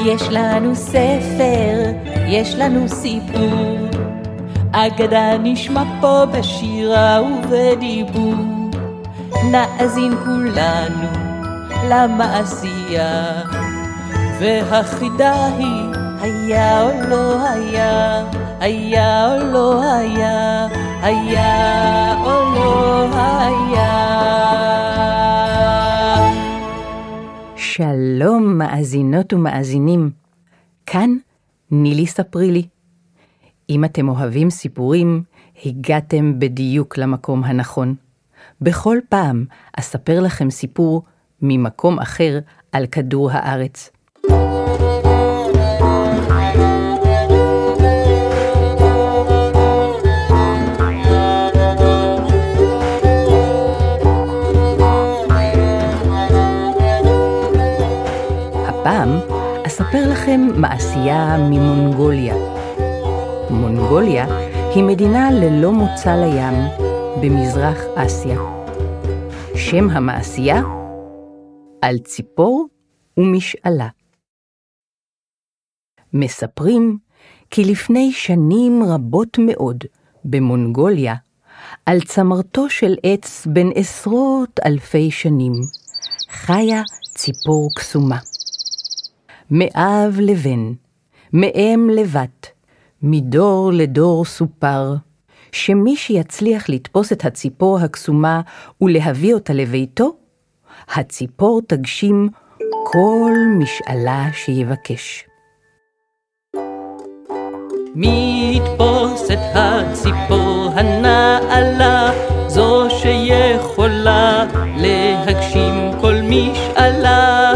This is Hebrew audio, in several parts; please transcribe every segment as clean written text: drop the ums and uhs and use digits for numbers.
יש לנו ספר, יש לנו סיפור, אגדה נשמע פה בשירה ובדיבור. נאזין כולנו למעשייה, והחידה היא היה או לא היה, היה או לא היה, היה או לא היה. שלום מאזינות ומאזינים, כאן נילי ספרי לי. אם אתם אוהבים סיפורים, הגעתם בדיוק למקום הנכון. בכל פעם אספר לכם סיפור ממקום אחר על כדור הארץ. הפעם אספר לכם מעשייה ממונגוליה. מונגוליה היא מדינה ללא מוצא לים במזרח אסיה. שם המעשייה? על ציפור ומשאלה. מספרים כי לפני שנים רבות מאוד במונגוליה, על צמרתו של עץ בן עשרות אלפי שנים, חיה ציפור קסומה. מאב לבן, מאם לבת, מדור לדור סופר, שמי שיצליח לתפוס את הציפור הקסומה ולהביא אותה לביתו, הציפור תגשים כל משאלה שיבקש. מי יתפוס את הציפור הנעלה, זו שיכולה להגשים כל משאלה.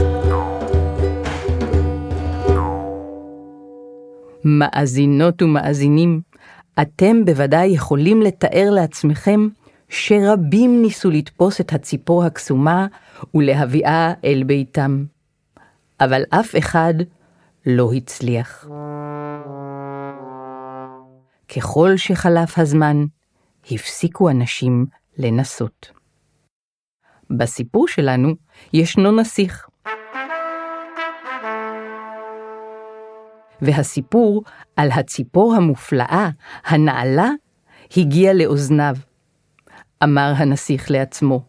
מאזינות ומאזינים, אתם בוודאי יכולים לתאר לעצמכם שרבים ניסו לתפוס את הציפור הקסומה ולהביאה אל ביתם. אבל אף אחד לא הצליח. ככל שחלף הזמן, הפסיקו אנשים לנסות. בסיפור שלנו ישנו נסיך. והסיפור על הציפור המופלאה, הנעלה, הגיע לאוזניו. אמר הנסיך לעצמו,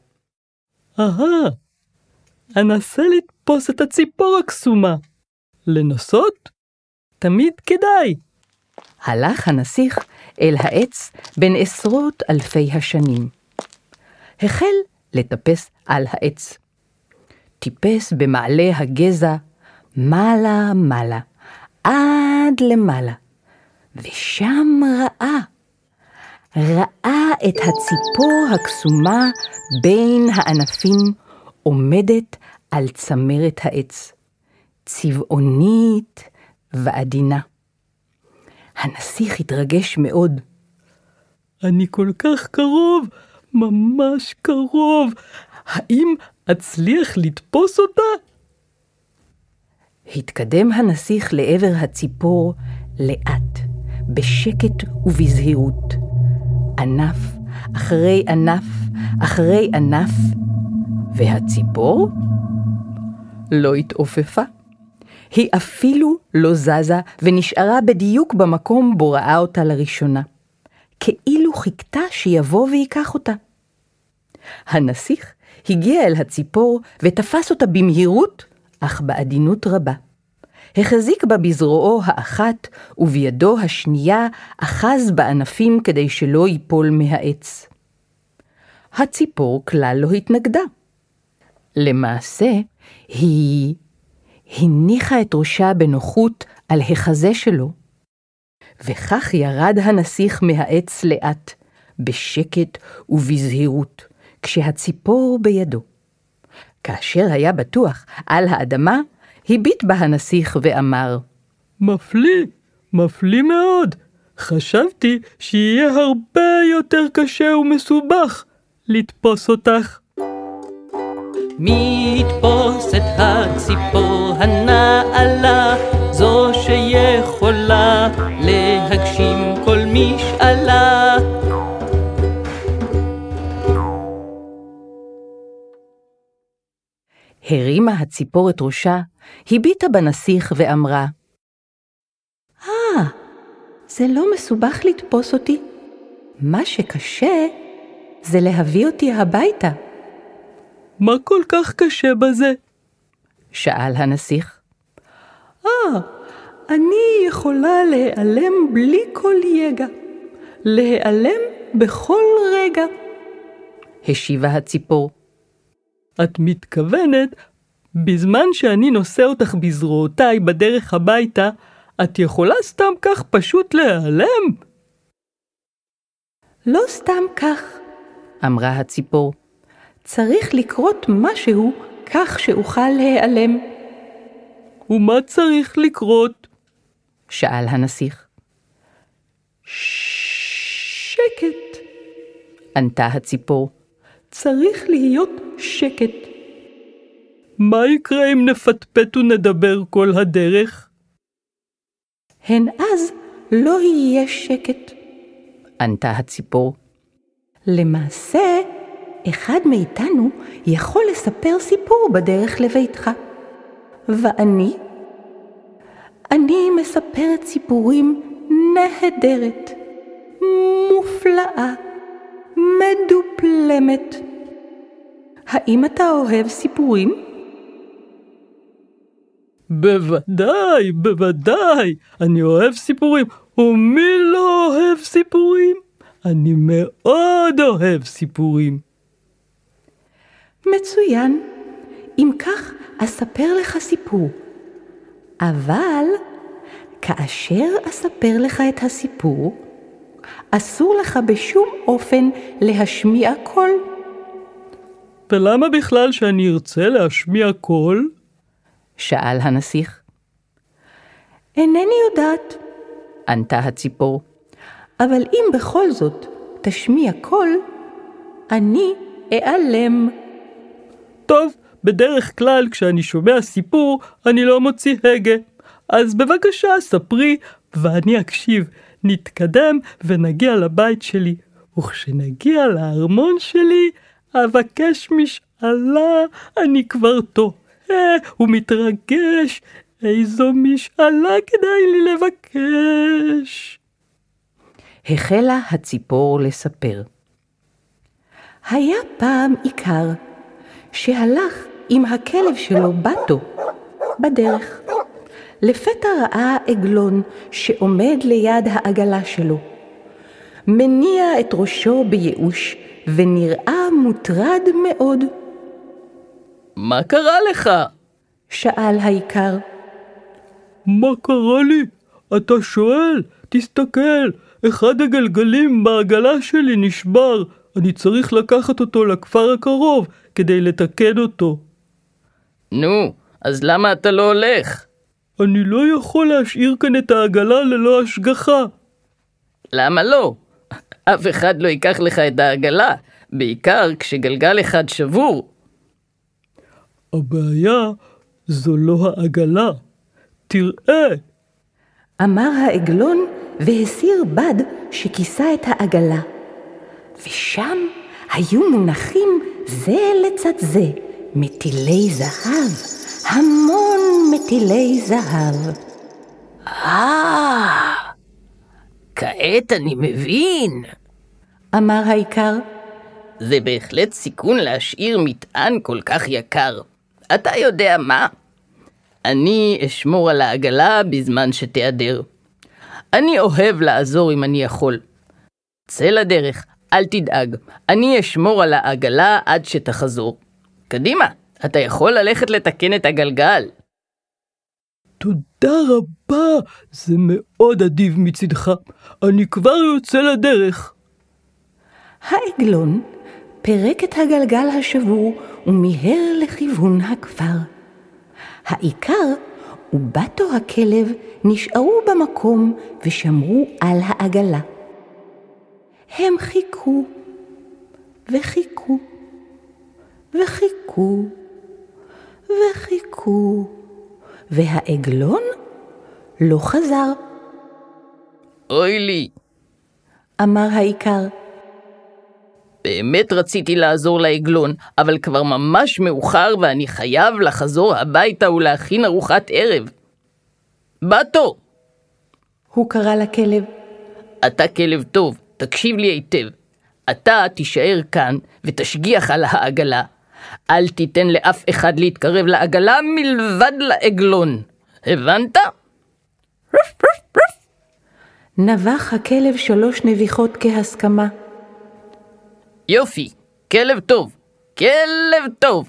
אנסה לתפוס את הציפור הקסומה. לנסות? תמיד כדאי. הלך הנסיך אל העץ בין עשרות אלפי השנים. החל לטפס על העץ. טיפס במעלה הגזע, מעלה מעלה, עד למעלה. ושם ראה את הציפור הקסומה בין הענפים עומדת על צמרת העץ, צבעונית ועדינה. הנסיך התרגש מאוד. אני כל כך קרוב, ממש קרוב. האם אצליח לתפוס אותה? התקדם הנסיך לעבר הציפור לאט, בשקט ובזהירות. ענף אחרי ענף אחרי ענף, והציפור לא התעופפה. היא אפילו לא זזה ונשארה בדיוק במקום בו ראה אותה לראשונה, כאילו חיכתה שיבוא ויקח אותה. הנסיך הגיע אל הציפור ותפס אותה במהירות, אך בעדינות רבה. החזיק בה בזרועו האחת ובידו השנייה אחז בענפים כדי שלא ייפול מהעץ. הציפור כלל לא התנגדה. למעשה, היא הניחה את ראשה בנוחות על החזה שלו, וכך ירד הנסיך מהעץ לאט, בשקט ובזהירות, כשהציפור בידו. כאשר היה בטוח על האדמה, הביט בה הנסיך ואמר, מפליא מאוד. חשבתי שיהיה הרבה יותר קשה ומסובך לתפוס אותך. מי יתפוס את הציפור הנעלה, זו שיכולה להגשים כל משאלה. הרימה הציפור את ראשה, הביטה בנסיך ואמרה, זה לא מסובך לתפוס אותי. מה שקשה זה להביא אותי הביתה. מה כל כך קשה בזה? שאל הנסיך. אני יכולה להיעלם בלי כל יגע. להיעלם בכל רגע. השיבה הציפור. את מתכוונת, בזמן שאני נושא אותך בזרועותיי בדרך הביתה, את יכולה סתם כך פשוט להיעלם? לא סתם כך, אמרה הציפור. צריך לקרות משהו כך שאוכל להיעלם. ומה צריך לקרות? שאל הנסיך. שקט, ענתה הציפור. צריך להיות שקט. מה יקרה אם נפטפט ונדבר כל הדרך? הן אז לא יהיה שקט, ענתה הציפור. למעשה, אחד מאיתנו יכול לספר סיפור בדרך לביתך. ואני מספרת סיפורים נהדרת, מופלאה, מדופלמת. האם אתה אוהב סיפורים? בוודאי, בוודאי. אני אוהב סיפורים. ומי לא אוהב סיפורים? אני מאוד אוהב סיפורים. מצוין. אם כך, אספר לך סיפור. אבל כאשר אספר לך את הסיפור, אסור לך בשום אופן להשמיע קול. ולמה בכלל שאני ארצה להשמיע קול? שאל הנסיך. אינני יודעת, ענתה הציפור. אבל אם בכל זאת תשמיע קול, אני אעלם. טוב, בדרך כלל כשאני שומע סיפור, אני לא מוציא הגה. אז בבקשה ספרי ואני אקשיב. נתקדם ונגיע לבית שלי. וכשנגיע לארמון שלי, אבקש משאלה. אני כבר תוהה ומתרגש. איזו משאלה כדאי לי לבקש. החלה הציפור לספר. היה פעם עיקר שהלך עם הכלב שלו בטו בדרך. לפתע ראה עגלון שעומד ליד העגלה שלו. מניע את ראשו בייאוש ונראה מוטרד מאוד. מה קרה לך? שאל העיקר. מה קרה לי? אתה שואל? תסתכל, אחד הגלגלים בעגלה שלי נשבר. אני צריך לקחת אותו לכפר הקרוב כדי לתקן אותו. נו, אז למה אתה לא הולך? אני לא יכול להשאיר כאן את העגלה ללא השגחה. למה לא? אף אחד לא ייקח לך את העגלה, בעיקר כשגלגל אחד שבור. הבעיה זו לא העגלה. תראה. אמר העגלון והסיר בד שכיסה את העגלה. ושם היו מונחים זה לצד זה מטילי זהב, המון מטילי זהב. כעת אני מבין. אמר העיקר. זה בהחלט סיכון להשאיר מטען כל כך יקר. אתה יודע מה? אני אשמור על העגלה בזמן שתיעדר. אני אוהב לעזור אם אני יכול. צא לדרך, אל תדאג. אני אשמור על העגלה עד שתחזור. קדימה, אתה יכול ללכת לתקן את הגלגל. תודה רבה, זה מאוד אדיב מצדך. אני כבר יוצא לדרך. העגלון פרק את הגלגל השבור ומיהר לכיוון הכפר. העיקר ובטו הכלב נשארו במקום ושמרו על העגלה. הם חיכו וחיכו וחיכו וחיכו, והעגלון לא חזר. אוי לי, אמר העיקר. באמת רציתי לעזור לעגלון, אבל כבר ממש מאוחר ואני חייב לחזור הביתה ולהכין ארוחת ערב. בטו! הוא קרא לכלב. אתה כלב טוב, תקשיב לי היטב. אתה תישאר כאן ותשגיח על העגלה. אל תיתן לאף אחד להתקרב לעגלה מלבד לעגלון. הבנת? נבח הכלב 3 נביחות כהסכמה. יופי, כלב טוב, כלב טוב.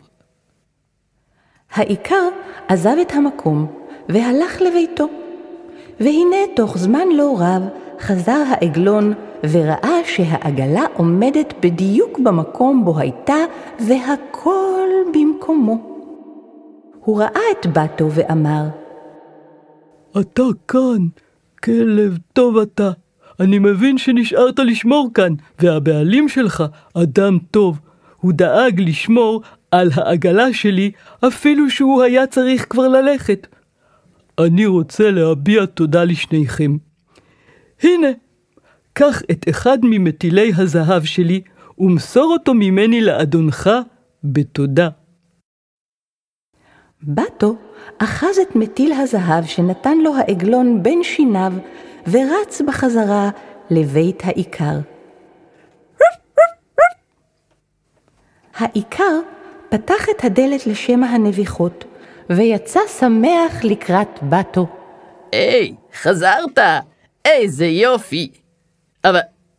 העיקר עזב את המקום והלך לביתו. והנה תוך זמן לא רב חזר העגלון וראה שהעגלה עומדת בדיוק במקום בו הייתה והכל במקומו. הוא ראה את בתו ואמר, אתה כאן, כלב טוב אתה. אני מבין שנשארת לשמור כאן, והבעלים שלך, אדם טוב, הוא דאג לשמור על העגלה שלי, אפילו שהוא היה צריך כבר ללכת. אני רוצה להביע תודה לשניכם. הנה, קח את אחד ממטילי הזהב שלי, ומסור אותו ממני לאדונך בתודה. בתו אחז את מטיל הזהב שנתן לו העגלון בין שיניו, ורץ בחזרה לבית העיקר. העיקר פתח את הדלת לשמע הנביחות, ויצא שמח לקראת בתו. היי, חזרת! איזה יופי! אבל...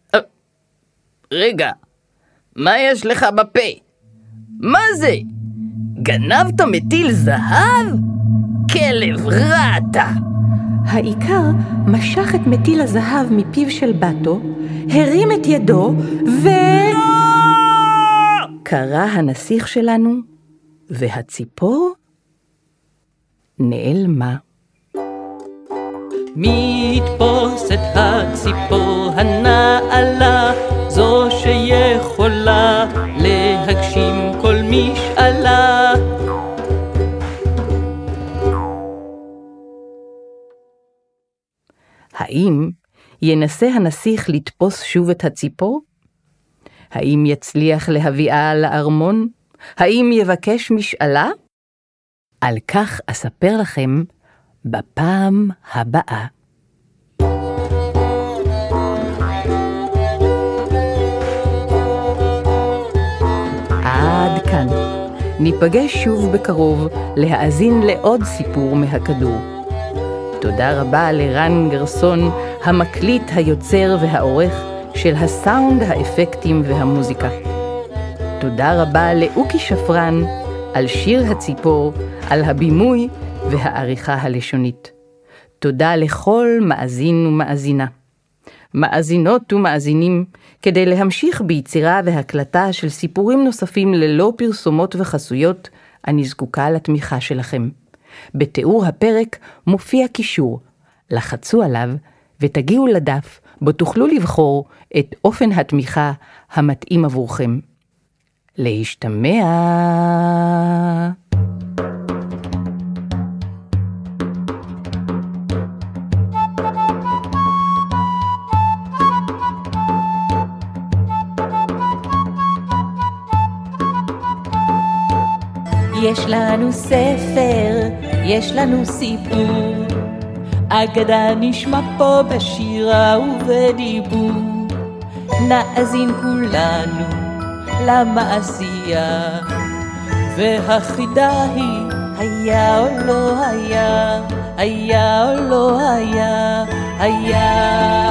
רגע, מה יש לך בפה? מה זה? גנבת מטיל זהב? כלב רע אתה! העיקר משך את מטיל הזהב מפיו של בתו, הרים את ידו קרא הנסיך שלנו, והציפור נעלמה. מי יתפוס את הציפור הנעלה, זו שיכולה להגשים כל משאלה. האם ינסה הנסיך לתפוס שוב את הציפור? האם יצליח להביאה לארמון? האם יבקש משאלה? על כך אספר לכם בפעם הבאה. עד כאן. ניפגש שוב בקרוב להאזין לעוד סיפור מהכדור. תודה רבה לרן גרסון, המקליט, היוצר והעורך של הסאונד, האפקטים והמוזיקה. תודה רבה לאוקי שפרן על שיר הציפור, על הבימוי והעריכה הלשונית. תודה לכל מאזין ומאזינה. מאזינות ומאזינים, כדי להמשיך ביצירה והקלטה של סיפורים נוספים ללא פרסומות וחסויות, אני זקוקה לתמיכה שלכם. בתיאור הפרק מופיע קישור. לחצו עליו ותגיעו לדף בו תוכלו לבחור את אופן התמיכה המתאים עבורכם. להשתמע. יש לנו ספר, יש לנו סיפור, אגדה נשמע פה בשירה ובדיבור. נאזין כולנו למעשייה, והחידה היא היה או לא היה, היה או לא היה, היה